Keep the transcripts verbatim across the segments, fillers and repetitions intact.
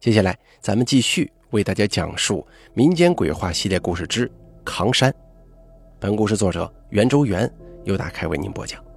接下来咱们继续为大家讲述民间鬼话系列故事之扛山。本故事作者袁周元由打开为您播讲。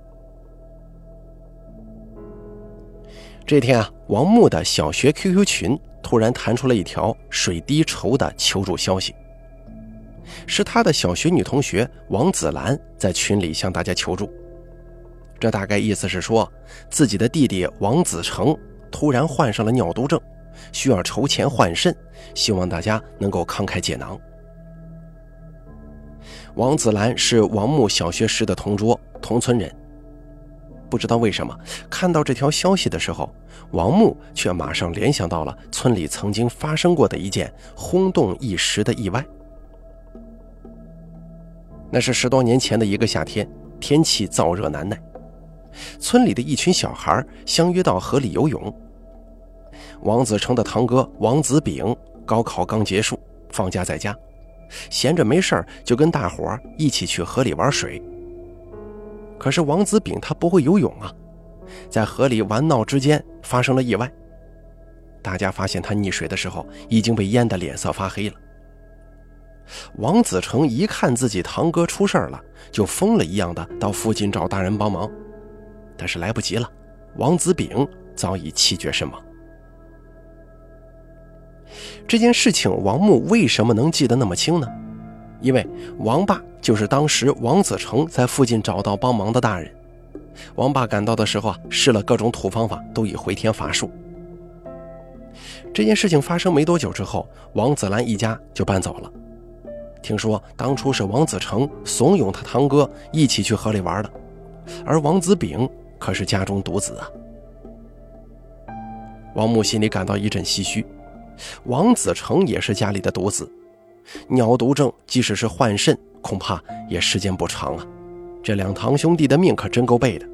这天啊，王木的小学 Q Q 群突然弹出了一条水滴筹的求助消息，是他的小学女同学王子兰在群里向大家求助。这大概意思是说，自己的弟弟王子成突然患上了尿毒症，需要筹钱换肾，希望大家能够慷慨解囊。王子兰是王木小学时的同桌同村人，不知道为什么看到这条消息的时候，王木却马上联想到了村里曾经发生过的一件轰动一时的意外。那是十多年前的一个夏天，天气燥热难耐，村里的一群小孩相约到河里游泳。王子成的堂哥王子炳高考刚结束，放假在家，闲着没事儿就跟大伙儿一起去河里玩水。可是王子炳他不会游泳啊，在河里玩闹之间发生了意外。大家发现他溺水的时候已经被淹得脸色发黑了。王子成一看自己堂哥出事了，就疯了一样的到附近找大人帮忙，但是来不及了，王子炳早已气绝身亡。这件事情王木为什么能记得那么清呢？因为王爸就是当时王子成在附近找到帮忙的大人。王爸赶到的时候啊，试了各种土方法，都已回天乏术。这件事情发生没多久之后，王子兰一家就搬走了。听说当初是王子成怂恿他堂哥一起去河里玩的，而王子炳可是家中独子啊。王木心里感到一阵唏嘘，王子成也是家里的独子，尿毒症即使是换肾恐怕也时间不长啊，这两堂兄弟的命可真够背的。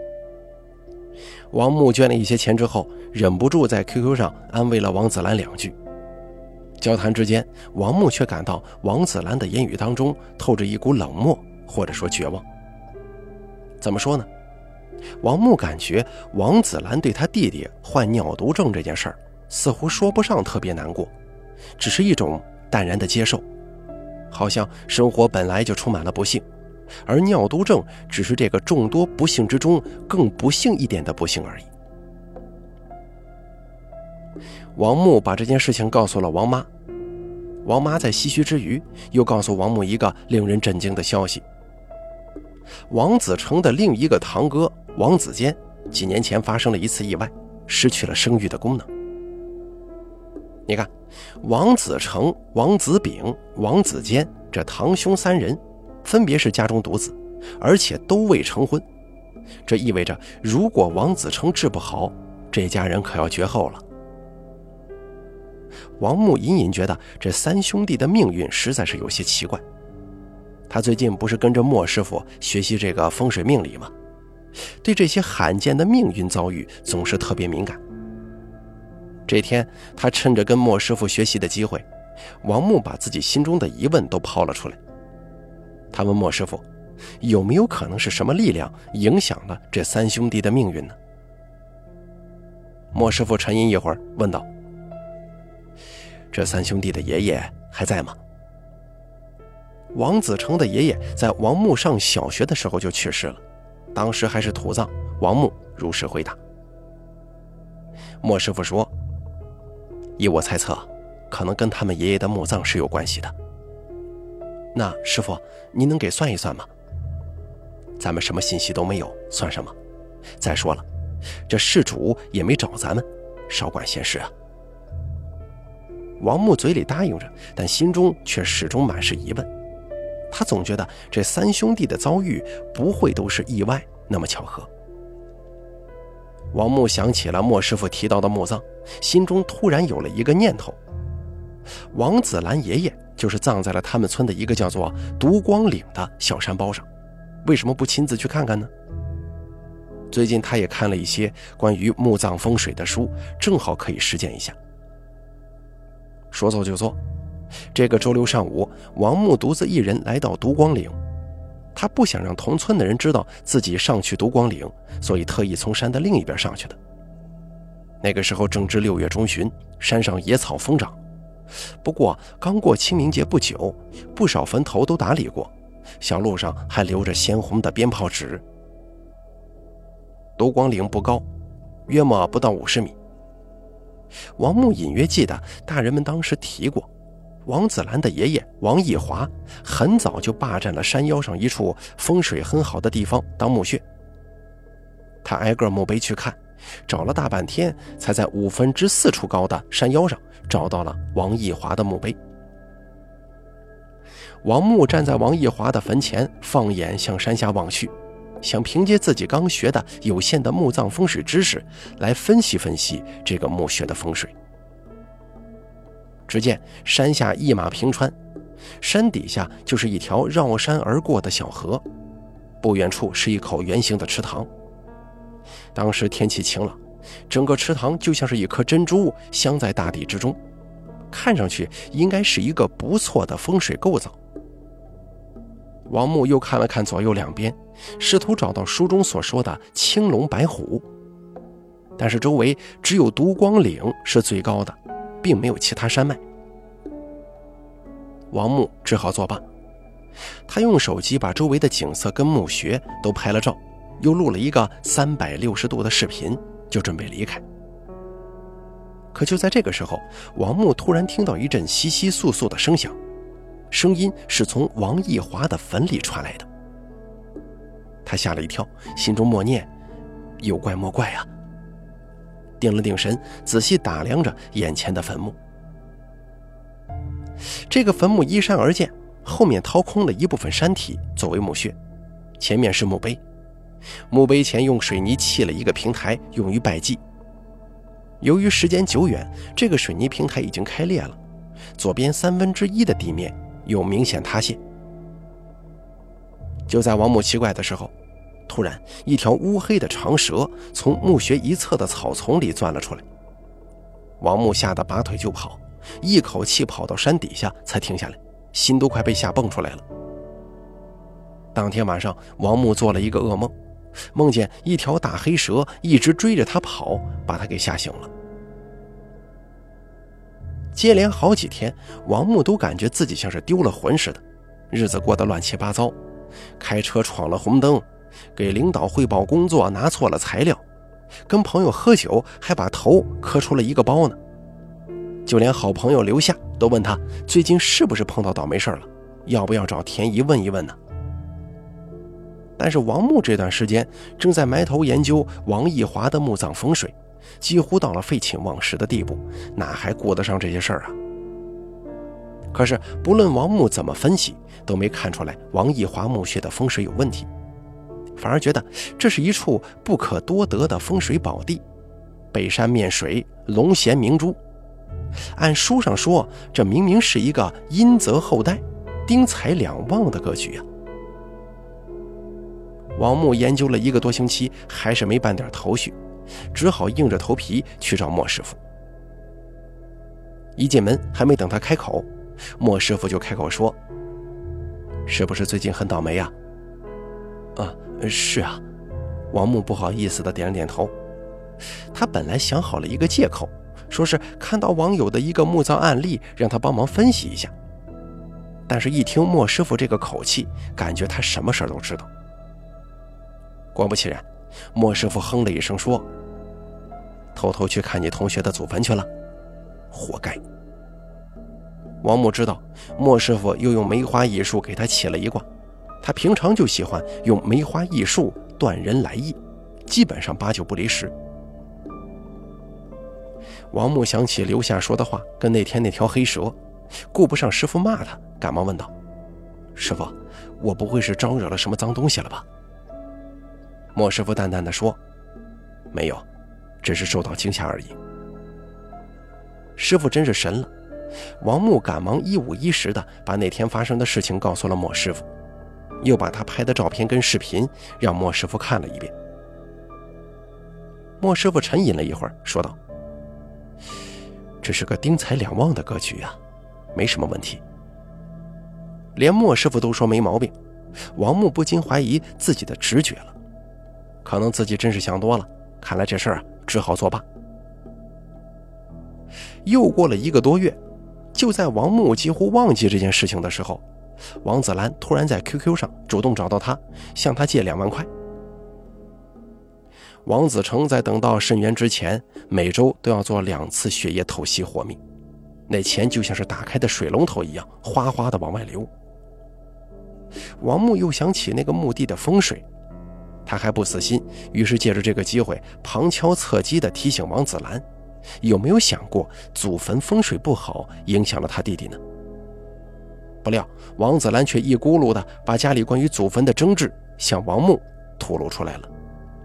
王木捐了一些钱之后，忍不住在 Q Q 上安慰了王子兰两句。交谈之间，王木却感到王子兰的言语当中透着一股冷漠，或者说绝望。怎么说呢？王木感觉王子兰对他弟弟患尿毒症这件事儿似乎说不上特别难过，只是一种淡然的接受，好像生活本来就充满了不幸，而尿毒症只是这个众多不幸之中更不幸一点的不幸而已。王木把这件事情告诉了王妈，王妈在唏嘘之余又告诉王木一个令人震惊的消息：王子成的另一个堂哥王子坚几年前发生了一次意外，失去了生育的功能。你看，王子成、王子炳、王子坚这堂兄三人分别是家中独子，而且都未成婚。这意味着如果王子成治不好，这家人可要绝后了。王木隐隐觉得这三兄弟的命运实在是有些奇怪。他最近不是跟着莫师傅学习这个风水命理吗？对这些罕见的命运遭遇总是特别敏感。这天他趁着跟莫师傅学习的机会，王木把自己心中的疑问都抛了出来。他问莫师傅，有没有可能是什么力量影响了这三兄弟的命运呢？莫师傅沉吟一会儿问道，这三兄弟的爷爷还在吗？王子成的爷爷在王木上小学的时候就去世了，当时还是土葬。王木如实回答。莫师傅说，依我猜测，可能跟他们爷爷的墓葬是有关系的。那师傅，您能给算一算吗？咱们什么信息都没有，算什么？再说了，这事主也没找咱们，少管闲事啊。王木嘴里答应着，但心中却始终满是疑问。他总觉得这三兄弟的遭遇不会都是意外那么巧合。王木想起了莫师傅提到的墓葬，心中突然有了一个念头。王子兰爷爷就是葬在了他们村的一个叫做独光岭的小山包上，为什么不亲自去看看呢？最近他也看了一些关于墓葬风水的书，正好可以实践一下。说做就做，这个周六上午，王木独自一人来到独光岭。他不想让同村的人知道自己上去独光岭，所以特意从山的另一边上去的。 那个时候正值六月中旬，山上野草疯长。不过刚过清明节不久，不少坟头都打理过，小路上还留着鲜红的鞭炮纸。独光岭不高，约莫不到五十米。王木隐约记得大人们当时提过，王子兰的爷爷王义华很早就霸占了山腰上一处风水很好的地方当墓穴。他挨个墓碑去看，找了大半天，才在五分之四处高的山腰上找到了王义华的墓碑。王木站在王义华的坟前，放眼向山下望去，想凭借自己刚学的有限的墓葬风水知识来分析分析这个墓穴的风水。只见山下一马平川，山底下就是一条绕山而过的小河，不远处是一口圆形的池塘。当时天气晴朗，整个池塘就像是一颗珍珠镶在大地之中，看上去应该是一个不错的风水构造。王木又看了看左右两边，试图找到书中所说的青龙白虎，但是周围只有独光岭是最高的，并没有其他山脉。王木只好作罢，他用手机把周围的景色跟墓穴都拍了照，又录了一个三百六十度的视频，就准备离开。可就在这个时候，王木突然听到一阵窸窸窣窣的声响，声音是从王义华的坟里传来的。他吓了一跳，心中默念：有怪莫怪啊！定了定神，仔细打量着眼前的坟墓。这个坟墓依山而建，后面掏空了一部分山体作为墓穴，前面是墓碑，墓碑前用水泥砌了一个平台，用于拜祭。由于时间久远，这个水泥平台已经开裂了，左边三分之一的地面有明显塌陷。就在王木奇怪的时候，突然一条乌黑的长蛇从墓穴一侧的草丛里钻了出来。王木吓得拔腿就跑，一口气跑到山底下才停下来，心都快被吓蹦出来了。当天晚上，王木做了一个噩梦，梦见一条大黑蛇一直追着他跑，把他给吓醒了。接连好几天，王木都感觉自己像是丢了魂似的，日子过得乱七八糟，开车闯了红灯，给领导汇报工作拿错了材料，跟朋友喝酒还把头磕出了一个包呢。就连好朋友刘夏都问他最近是不是碰到倒霉事了，要不要找田姨问一问呢？但是王木这段时间正在埋头研究王义华的墓葬风水，几乎到了废寝忘食的地步，哪还顾得上这些事儿啊？可是不论王木怎么分析，都没看出来王义华墓穴的风水有问题，反而觉得这是一处不可多得的风水宝地，北山面水，龙衔明珠。按书上说，这明明是一个阴泽后代，丁财两旺的格局啊！王木研究了一个多星期，还是没半点头绪，只好硬着头皮去找莫师傅。一进门，还没等他开口，莫师傅就开口说：“是不是最近很倒霉啊？”“啊，是啊。”王木不好意思地点了点头。他本来想好了一个借口，说是看到网友的一个墓葬案例，让他帮忙分析一下。但是一听莫师傅这个口气，感觉他什么事都知道。果不其然，莫师傅哼了一声说：“偷偷去看你同学的祖坟去了，活该。”王木知道莫师傅又用梅花易数给他起了一卦，他平常就喜欢用梅花易数断人来意，基本上八九不离十。王木想起刘夏说的话跟那天那条黑蛇，顾不上师傅骂他，赶忙问道：“师傅，我不会是招惹了什么脏东西了吧？”莫师傅淡淡地说：“没有，只是受到惊吓而已。”师傅真是神了，王木赶忙一五一十地把那天发生的事情告诉了莫师傅，又把他拍的照片跟视频让莫师傅看了一遍。莫师傅沉吟了一会儿，说道：“这是个丁财两旺的格局啊，没什么问题。”连莫师傅都说没毛病，王木不禁怀疑自己的直觉了，可能自己真是想多了，看来这事儿啊只好作罢。 又过了一个多月，就在王木几乎忘记这件事情的时候，王子兰突然在 Q Q 上主动找到他，向他借两万块。王子成在等到肾源之前，每周都要做两次血液透析活命，那钱就像是打开的水龙头一样，哗哗的往外流。王木又想起那个墓地的风水，他还不死心，于是借着这个机会旁敲侧击地提醒王子兰，有没有想过祖坟风水不好，影响了他弟弟呢？不料王子兰却一咕噜的把家里关于祖坟的争执向王木吐露出来了。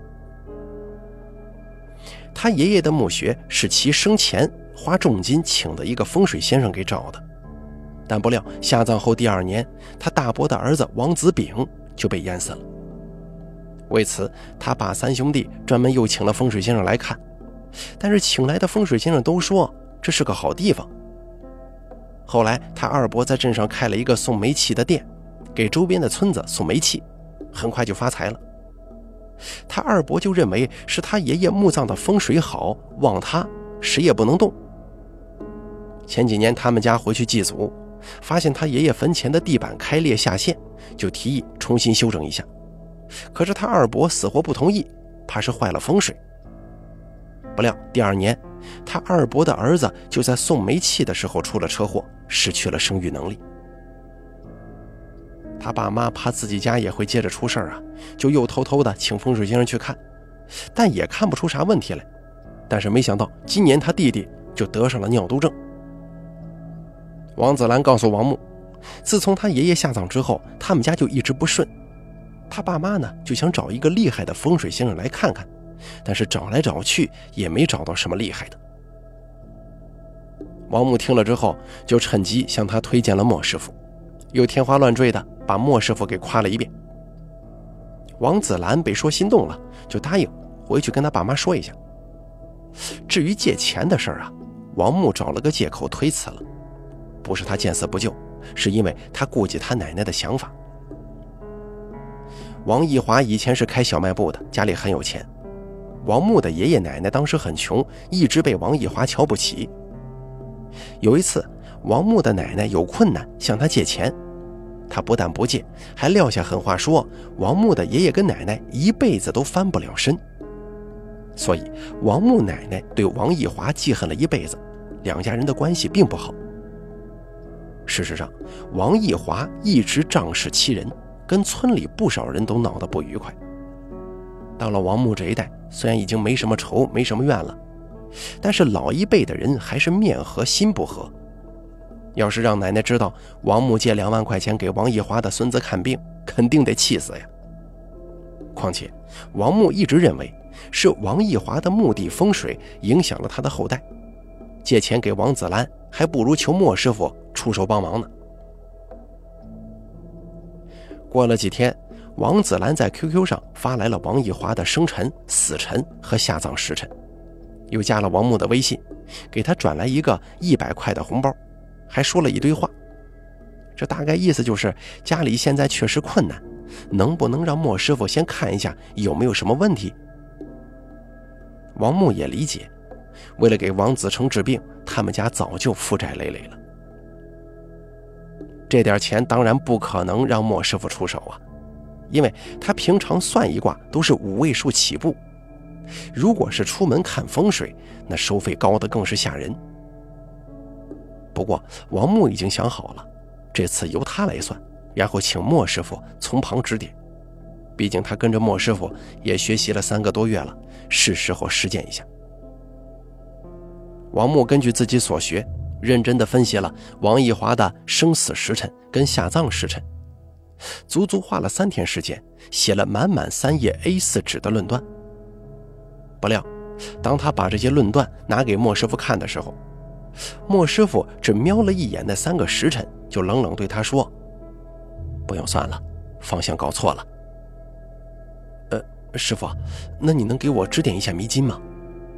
他爷爷的墓穴是其生前花重金请的一个风水先生给找的，但不料下葬后第二年，他大伯的儿子王子炳就被淹死了。为此他爸三兄弟专门又请了风水先生来看，但是请来的风水先生都说这是个好地方。后来他二伯在镇上开了一个送煤气的店，给周边的村子送煤气，很快就发财了。他二伯就认为是他爷爷墓葬的风水好，望他谁也不能动。前几年他们家回去祭祖，发现他爷爷坟前的地板开裂下陷，就提议重新修整一下。可是他二伯死活不同意，怕是坏了风水。不料第二年，他二伯的儿子就在送煤气的时候出了车祸，失去了生育能力。他爸妈怕自己家也会接着出事啊，就又偷偷的请风水先生去看，但也看不出啥问题来。但是没想到今年他弟弟就得上了尿毒症。王子兰告诉王木，自从他爷爷下葬之后，他们家就一直不顺。他爸妈呢就想找一个厉害的风水先生来看看，但是找来找去也没找到什么厉害的。王木听了之后，就趁机向他推荐了莫师傅，又天花乱坠的把莫师傅给夸了一遍。王子兰被说心动了，就答应回去跟他爸妈说一下。至于借钱的事儿啊，王木找了个借口推辞了，不是他见死不救，是因为他顾及他奶奶的想法。王义华以前是开小卖部的，家里很有钱。王木的爷爷奶奶当时很穷，一直被王义华瞧不起。有一次王木的奶奶有困难向他借钱，他不但不借，还撂下狠话说王木的爷爷跟奶奶一辈子都翻不了身。所以王木奶奶对王义华记恨了一辈子，两家人的关系并不好。事实上王义华一直仗势欺人，跟村里不少人都闹得不愉快。到了王木这一代，虽然已经没什么仇没什么怨了，但是老一辈的人还是面和心不和。要是让奶奶知道王木借两万块钱给王义华的孙子看病，肯定得气死呀。况且王木一直认为是王义华的墓地风水影响了他的后代，借钱给王子兰还不如求莫师傅出手帮忙呢。过了几天，王子兰在 Q Q 上发来了王义华的生辰、死辰和下葬时辰，又加了王木的微信，给他转来一个一百块的红包，还说了一堆话。这大概意思就是家里现在确实困难，能不能让莫师傅先看一下有没有什么问题。王木也理解，为了给王子成治病，他们家早就负债累累了。这点钱当然不可能让莫师傅出手啊，因为他平常算一卦都是五位数起步，如果是出门看风水，那收费高的更是吓人。不过王木已经想好了，这次由他来算，然后请莫师傅从旁指点，毕竟他跟着莫师傅也学习了三个多月了，是时候实践一下。王木根据自己所学，认真地分析了王义华的生死时辰跟下葬时辰，足足花了三天时间，写了满满三页 A 四 纸的论断。不料当他把这些论断拿给莫师傅看的时候，莫师傅只瞄了一眼那三个时辰，就冷冷对他说，不用算了，方向搞错了。呃，师傅，那你能给我指点一下迷津吗？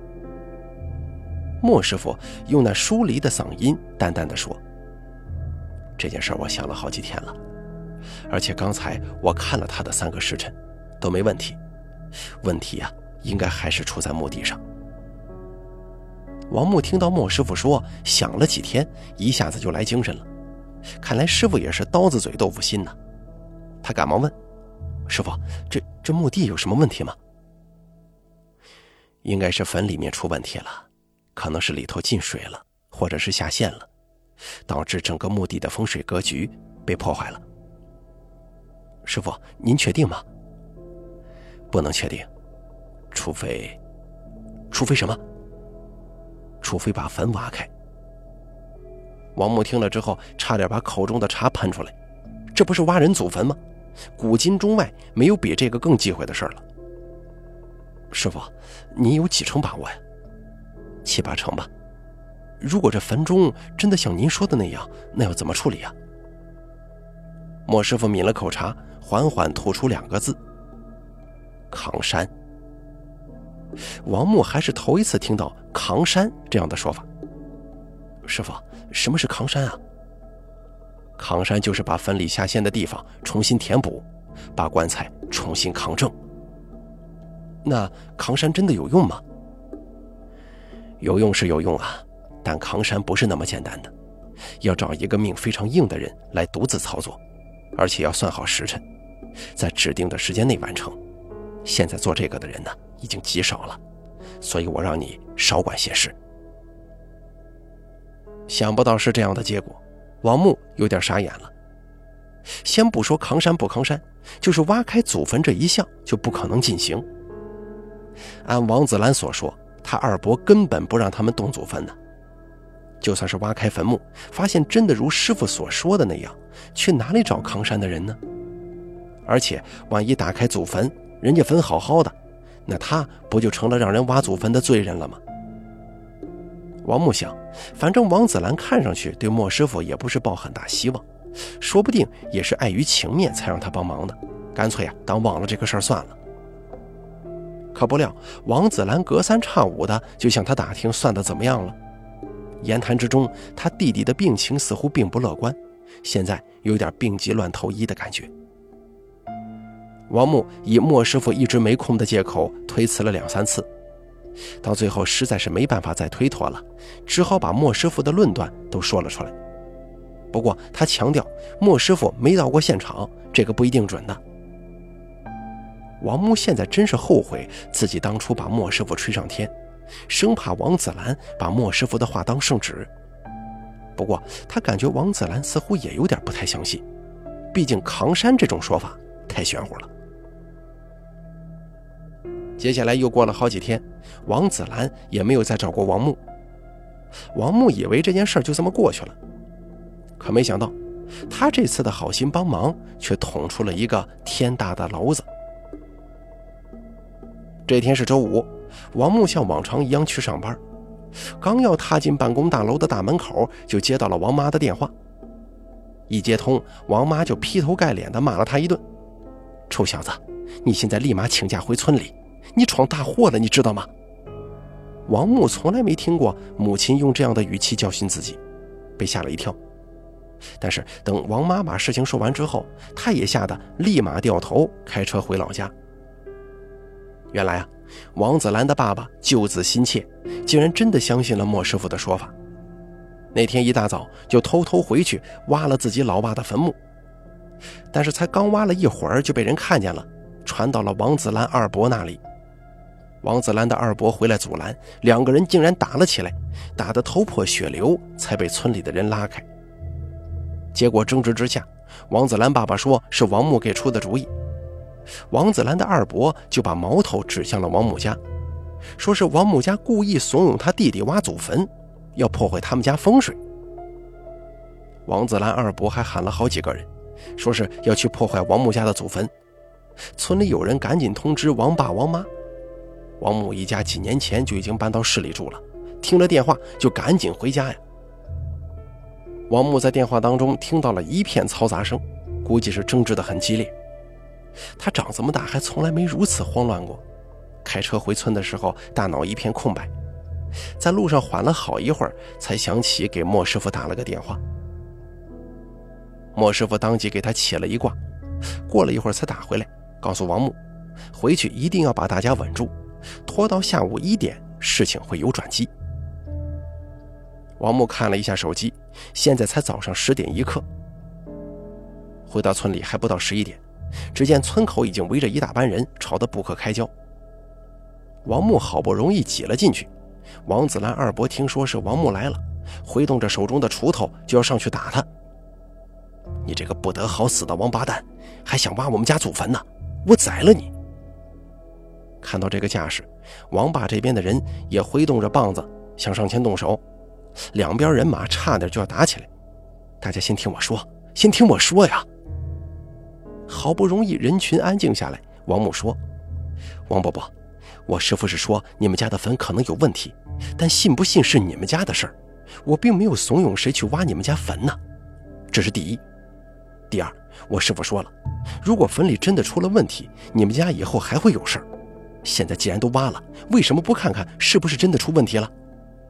莫师傅用那疏离的嗓音淡淡地说，这件事我想了好几天了，而且刚才我看了他的三个时辰都没问题，问题啊应该还是出在墓地上。 王木听到莫师傅说想了几天，一下子就来精神了，看来师傅也是刀子嘴豆腐心呢。他赶忙问：师傅，这这墓地有什么问题吗？应该是坟里面出问题了，可能是里头进水了，或者是下陷了，导致整个墓地的风水格局被破坏了。师傅，您确定吗？不能确定，除非除非什么？除非把坟挖开。王木听了之后差点把口中的茶喷出来，这不是挖人祖坟吗？古今中外没有比这个更忌讳的事了。师傅，你有几成把握呀？七八成吧。如果这坟中真的像您说的那样，那要怎么处理啊？莫师傅抿了口茶，缓缓吐出两个字：扛山。王木还是头一次听到扛山这样的说法。师傅，什么是扛山啊？扛山就是把坟里下陷的地方重新填补，把棺材重新扛正。那扛山真的有用吗？有用是有用啊，但扛山不是那么简单的，要找一个命非常硬的人来独自操作，而且要算好时辰，在指定的时间内完成。现在做这个的人呢，已经极少了，所以我让你少管闲事。想不到是这样的结果，王木有点傻眼了。先不说扛山不扛山，就是挖开祖坟这一项就不可能进行。按王子兰所说，他二伯根本不让他们动祖坟的。就算是挖开坟墓，发现真的如师傅所说的那样，去哪里找扛山的人呢？而且万一打开祖坟，人家坟好好的，那他不就成了让人挖祖坟的罪人了吗？王木想，反正王子兰看上去对莫师傅也不是抱很大希望，说不定也是碍于情面才让他帮忙的，干脆啊当忘了这个事儿算了。可不料王子兰隔三差五的就向他打听算得怎么样了。言谈之中，他弟弟的病情似乎并不乐观，现在有点病急乱投医的感觉。王木以莫师傅一直没空的借口推辞了两三次，到最后实在是没办法再推脱了，只好把莫师傅的论断都说了出来。不过他强调莫师傅没到过现场，这个不一定准的。王木现在真是后悔自己当初把莫师傅吹上天，生怕王子兰把莫师傅的话当圣旨。不过他感觉王子兰似乎也有点不太相信，毕竟扛山这种说法太玄乎了。接下来又过了好几天，王子兰也没有再找过王木。王木以为这件事就这么过去了，可没想到他这次的好心帮忙却捅出了一个天大的篓子。这天是周五，王木像往常一样去上班，刚要踏进办公大楼的大门口，就接到了王妈的电话。一接通，王妈就劈头盖脸地骂了他一顿：臭小子，你现在立马请假回村里，你闯大祸了，你知道吗？王木从来没听过母亲用这样的语气教训自己，被吓了一跳。但是等王妈把事情说完之后，他也吓得立马掉头开车回老家。原来啊，王子兰的爸爸救子心切，竟然真的相信了莫师傅的说法。那天一大早就偷偷回去挖了自己老爸的坟墓，但是才刚挖了一会儿就被人看见了，传到了王子兰二伯那里。王子兰的二伯回来阻拦，两个人竟然打了起来，打得头破血流，才被村里的人拉开。结果争执之下，王子兰爸爸说是王木给出的主意，王子兰的二伯就把矛头指向了王木家，说是王木家故意怂恿他弟弟挖祖坟，要破坏他们家风水。王子兰二伯还喊了好几个人，说是要去破坏王木家的祖坟。村里有人赶紧通知王爸王妈。王木一家几年前就已经搬到市里住了，听了电话就赶紧回家呀。王木在电话当中听到了一片嘈杂声，估计是争执得很激烈。他长这么大还从来没如此慌乱过，开车回村的时候大脑一片空白，在路上缓了好一会儿，才想起给莫师傅打了个电话。莫师傅当即给他起了一卦，过了一会儿才打回来，告诉王木回去一定要把大家稳住，拖到下午一点事情会有转机。 王木看了一下手机，现在才早上十点一刻。回到村里还不到十一点，只见村口已经围着一大班人，吵得不可开交。王木好不容易挤了进去，王子兰二伯听说是王木来了，挥动着手中的锄头就要上去打他。你这个不得好死的王八蛋，还想挖我们家祖坟呢，我宰了你！看到这个架势，王爸这边的人也挥动着棒子想上前动手，两边人马差点就要打起来。大家先听我说，先听我说呀！好不容易人群安静下来，王木说：王伯伯，我师父是说你们家的坟可能有问题，但信不信是你们家的事儿，我并没有怂恿谁去挖你们家坟呢。这是第一。第二，我师父说了，如果坟里真的出了问题，你们家以后还会有事儿。现在既然都挖了，为什么不看看是不是真的出问题了？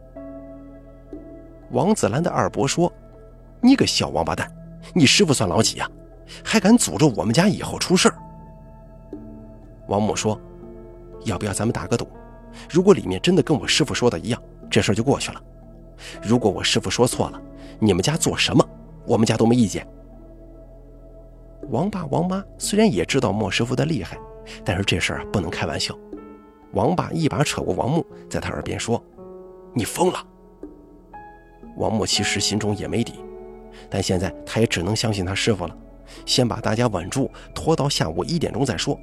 王子兰的二伯说：你个小王八蛋，你师父算老几呀？还敢诅咒我们家以后出事儿？王母说：要不要咱们打个赌，如果里面真的跟我师父说的一样，这事儿就过去了。如果我师父说错了，你们家做什么我们家都没意见。王爸王妈虽然也知道莫师傅的厉害，但是这事儿不能开玩笑。王爸一把扯过王木，在他耳边说：你疯了！王木其实心中也没底，但现在他也只能相信他师傅了，先把大家稳住，拖到下午一点钟再说。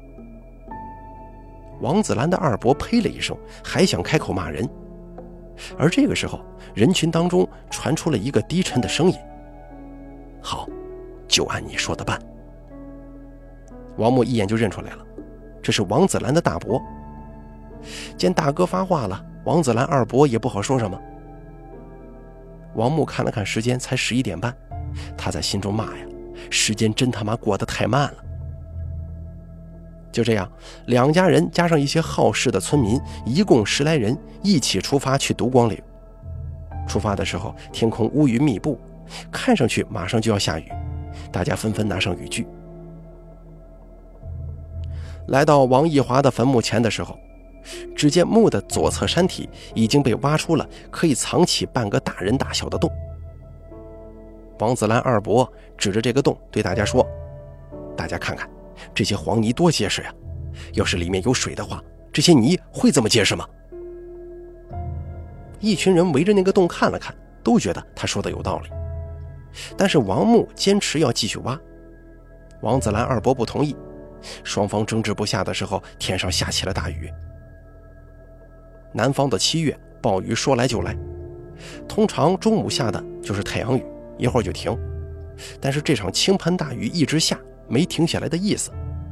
王子兰的二伯呸了一声，还想开口骂人，而这个时候人群当中传出了一个低沉的声音：好，就按你说的办。王木一眼就认出来了，这是王子兰的大伯。见大哥发话了，王子兰二伯也不好说什么。王木看了看时间，才十一点半，他在心中骂呀，时间真他妈过得太慢了。就这样，两家人加上一些好事的村民，一共十来人，一起出发去独光岭。出发的时候，天空乌云密布，看上去马上就要下雨，大家纷纷拿上雨具。来到王义华的坟墓前的时候，只见墓的左侧山体已经被挖出了可以藏起半个大人大小的洞。王子兰二伯指着这个洞对大家说：大家看看这些黄泥多结实呀，要是里面有水的话，这些泥会这么结实吗？一群人围着那个洞看了看，都觉得他说的有道理，但是王木坚持要继续挖。王子兰二伯不同意，双方争执不下的时候，天上下起了大雨。南方的七月，暴雨说来就来，通常中午下的就是太阳雨，一会儿就停，但是这场倾盆大雨一直下，没停下来的意思。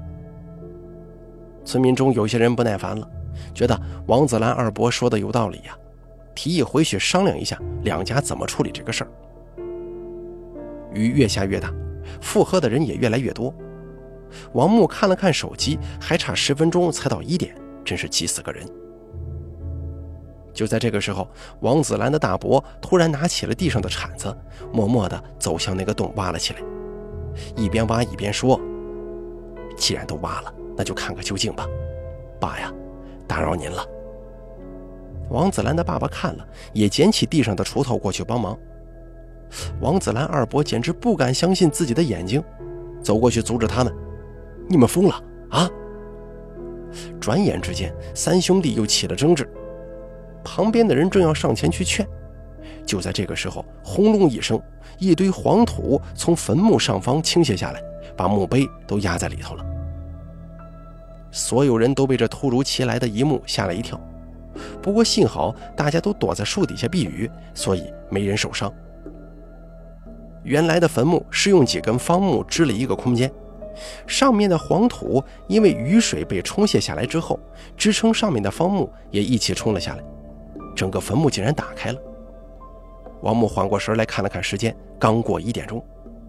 村民中有些人不耐烦了，觉得王子兰二伯说的有道理呀，提议回去商量一下两家怎么处理这个事儿。雨越下越大，附和的人也越来越多。王木看了看手机，还差十分钟才到一点，真是急死个人。就在这个时候，王子兰的大伯突然拿起了地上的铲子，默默地走向那个洞挖了起来，一边挖一边说：既然都挖了，那就看个究竟吧。爸呀，打扰您了。王子兰的爸爸看了，也捡起地上的锄头过去帮忙。王子兰二伯简直不敢相信自己的眼睛，走过去阻止他们：你们疯了啊！转眼之间，三兄弟又起了争执，旁边的人正要上前去劝，就在这个时候，轰隆一声，一堆黄土从坟墓上方倾泻下来，把墓碑都压在里头了。所有人都被这突如其来的一幕吓了一跳，不过幸好大家都躲在树底下避雨，所以没人受伤。原来的坟墓是用几根方木支了一个空间，上面的黄土因为雨水被冲泻下来之后，支撑上面的方木也一起冲了下来，整个坟墓竟然打开了。王木缓过神来看了看时间，刚过一点钟。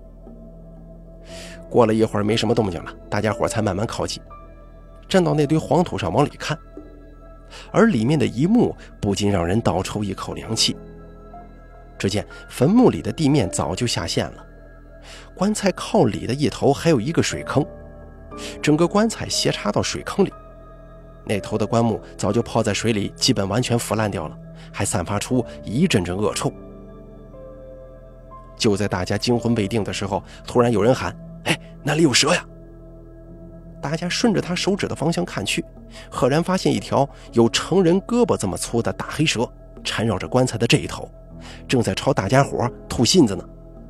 过了一会儿没什么动静了，大家伙才慢慢靠近，站到那堆黄土上往里看，而里面的一幕不禁让人倒抽一口凉气。只见坟墓里的地面早就下陷了，棺材靠里的一头还有一个水坑，整个棺材斜插到水坑里，那头的棺木早就泡在水里，基本完全腐烂掉了， 还散发出一阵阵恶臭。就在大家惊魂未定的时候，突然有人喊：“哎，那里有蛇呀！”大家顺着他手指的方向看去，赫然发现一条有成人胳膊这么粗的大黑蛇缠绕着棺材的这一头，正在朝大家伙吐信子呢。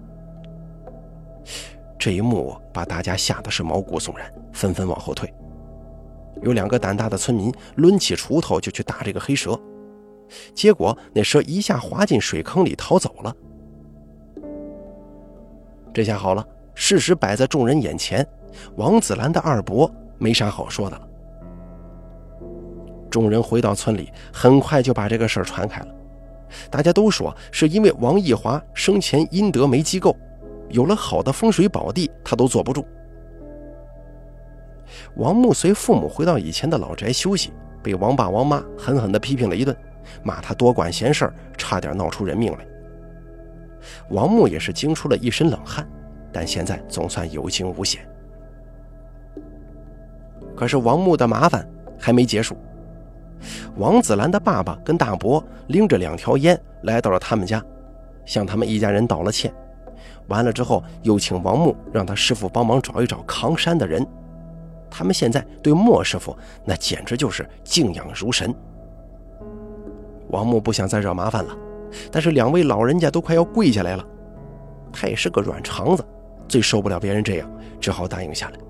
这一幕把大家吓得是毛骨悚然，纷纷往后退。有两个胆大的村民抡起锄头就去打这个黑蛇，结果那蛇一下滑进水坑里逃走了。这下好了，事实摆在众人眼前，王子兰的二伯没啥好说的了。众人回到村里，很快就把这个事儿传开了。大家都说是因为王义华生前阴德没积够，有了好的风水宝地他都坐不住。王木随父母回到以前的老宅休息，被王爸王妈狠狠地批评了一顿，骂他多管闲事，差点闹出人命来。王木也是惊出了一身冷汗，但现在总算有惊无险。可是王木的麻烦还没结束。王子兰的爸爸跟大伯拎着两条烟来到了他们家，向他们一家人道了歉，完了之后又请王木让他师傅帮忙找一找扛山的人。他们现在对莫师傅那简直就是敬仰如神。王木不想再惹麻烦了，但是两位老人家都快要跪下来了，他也是个软肠子，最受不了别人这样，只好答应下来。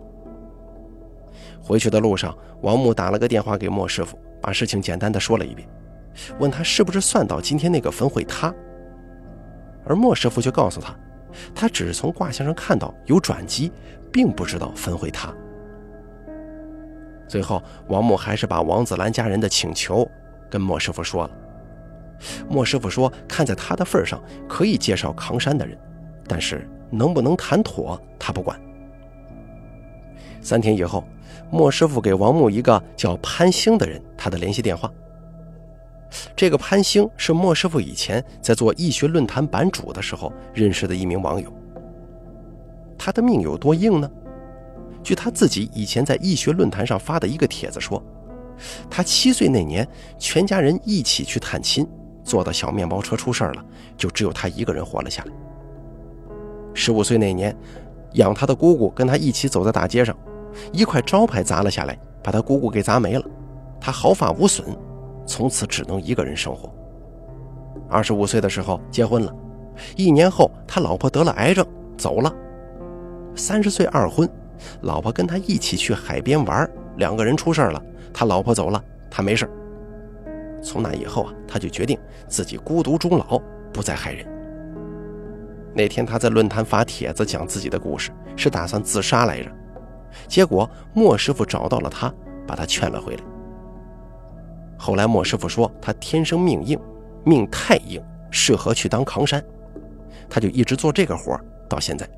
回去的路上，王木打了个电话给莫师傅，把事情简单的说了一遍，问他是不是算到今天那个坟会塌。而莫师傅却告诉他，他只是从卦象上看到有转机，并不知道坟会塌。最后王木还是把王子兰家人的请求跟莫师傅说了。莫师傅说看在他的份上可以介绍扛山的人，但是能不能谈妥他不管。三天以后，莫师傅给王木一个叫潘兴的人他的联系电话。这个潘兴是莫师傅以前在做医学论坛版主的时候认识的一名网友。他的命有多硬呢？据他自己以前在医学论坛上发的一个帖子说，他七岁那年全家人一起去探亲，坐的小面包车出事了，就只有他一个人活了下来。十五岁那年，养他的姑姑跟他一起走在大街上，一块招牌砸了下来，把他姑姑给砸没了，他毫发无损，从此只能一个人生活。二十五岁的时候结婚了，一年后他老婆得了癌症走了。三十岁二婚，老婆跟他一起去海边玩，两个人出事了，他老婆走了，他没事。从那以后啊，他就决定自己孤独终老，不再害人。那天他在论坛发帖子讲自己的故事，是打算自杀来着，结果莫师傅找到了他，把他劝了回来。后来莫师傅说他天生命硬，命太硬，适合去当扛山，他就一直做这个活到现在。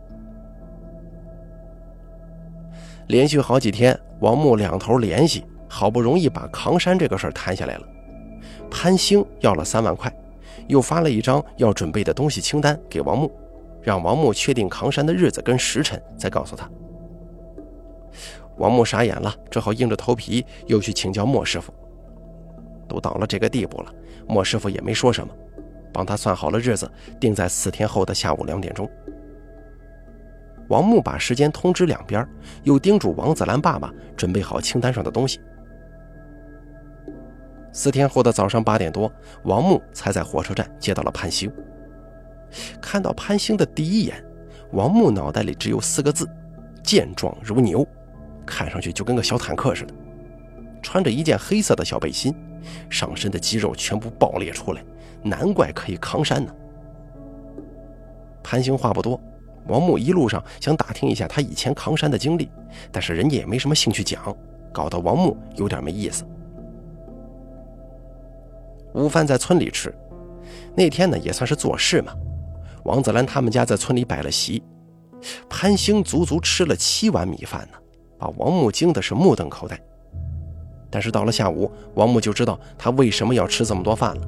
连续好几天，王木两头联系，好不容易把扛山这个事儿谈下来了。潘兴要了三万块，又发了一张要准备的东西清单给王木，让王木确定扛山的日子跟时辰，再告诉他。王木傻眼了，只好硬着头皮又去请教莫师傅。都到了这个地步了，莫师傅也没说什么，帮他算好了日子，定在四天后的下午两点钟。王木把时间通知两边，又叮嘱王子兰爸爸准备好清单上的东西。四天后的早上八点多，王木才在火车站接到了潘兴。看到潘兴的第一眼，王木脑袋里只有四个字：健壮如牛，看上去就跟个小坦克似的。穿着一件黑色的小背心，上身的肌肉全部爆裂出来，难怪可以扛山呢。潘兴话不多，王木一路上想打听一下他以前扛山的经历，但是人家也没什么兴趣讲，搞得王木有点没意思。午饭在村里吃，那天呢也算是做事嘛，王子兰他们家在村里摆了席，潘兴足足吃了七碗米饭呢，把王木惊的是目瞪口呆。但是到了下午，王木就知道他为什么要吃这么多饭了。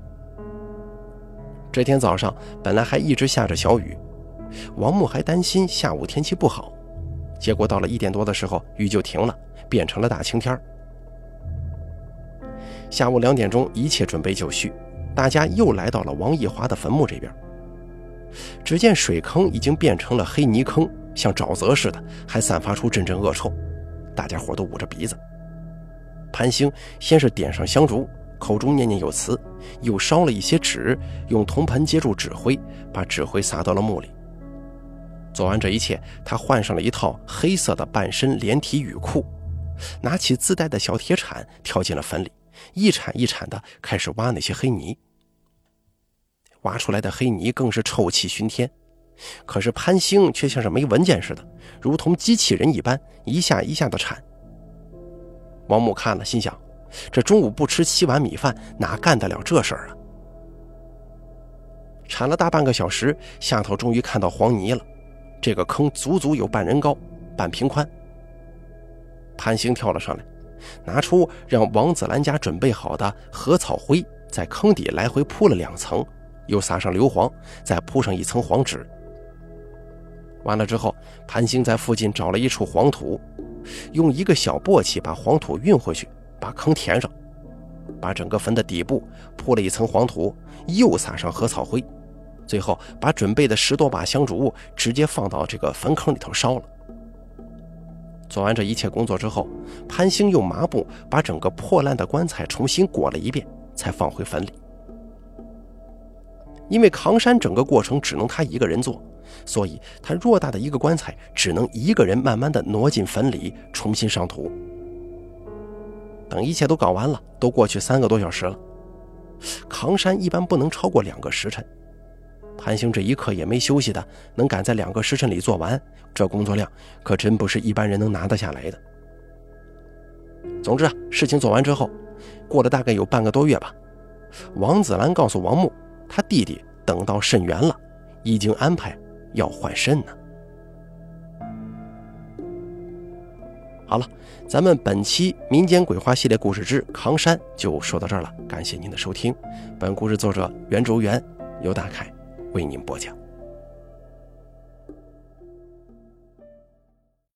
这天早上本来还一直下着小雨，王木还担心下午天气不好，结果到了一点多的时候，雨就停了，变成了大晴天。 下午两点钟，一切准备就绪，大家又来到了王义华的坟墓这边。只见水坑已经变成了黑泥坑，像沼泽似的，还散发出阵阵恶臭，大家伙都捂着鼻子。潘兴先是点上香烛，口中念念有词，又烧了一些纸，用铜盆接住纸灰，把纸灰撒到了墓里。做完这一切，他换上了一套黑色的半身连体雨裤，拿起自带的小铁铲跳进了坟里，一铲一铲的开始挖那些黑泥。挖出来的黑泥更是臭气熏天，可是潘兴却像是没闻见似的，如同机器人一般，一下一下的铲。王母看了，心想，这中午不吃七碗米饭，哪干得了这事儿啊？铲了大半个小时，下头终于看到黄泥了，这个坑足足有半人高，半平宽。潘兴跳了上来，拿出让王子兰家准备好的禾草灰，在坑底来回铺了两层，又撒上硫磺，再铺上一层黄纸。完了之后，潘兴在附近找了一处黄土，用一个小簸箕把黄土运回去，把坑填上，把整个坟的底部铺了一层黄土，又撒上禾草灰，最后把准备的十多把香烛直接放到这个坟坑里头烧了。做完这一切工作之后，潘兴用麻布把整个破烂的棺材重新裹了一遍，才放回坟里。因为扛山整个过程只能他一个人做，所以他偌大的一个棺材只能一个人慢慢的挪进坟里，重新上土。等一切都搞完了，都过去三个多小时了。扛山一般不能超过两个时辰，潘兴这一刻也没休息的，能赶在两个时辰里做完，这工作量可真不是一般人能拿得下来的。总之啊，事情做完之后，过了大概有半个多月吧，王子兰告诉王木，他弟弟等到肾源了，已经安排要换肾呢。好了，咱们本期民间鬼话系列故事之扛山就说到这儿了，感谢您的收听。本故事作者袁竹元，由大凯为您播讲。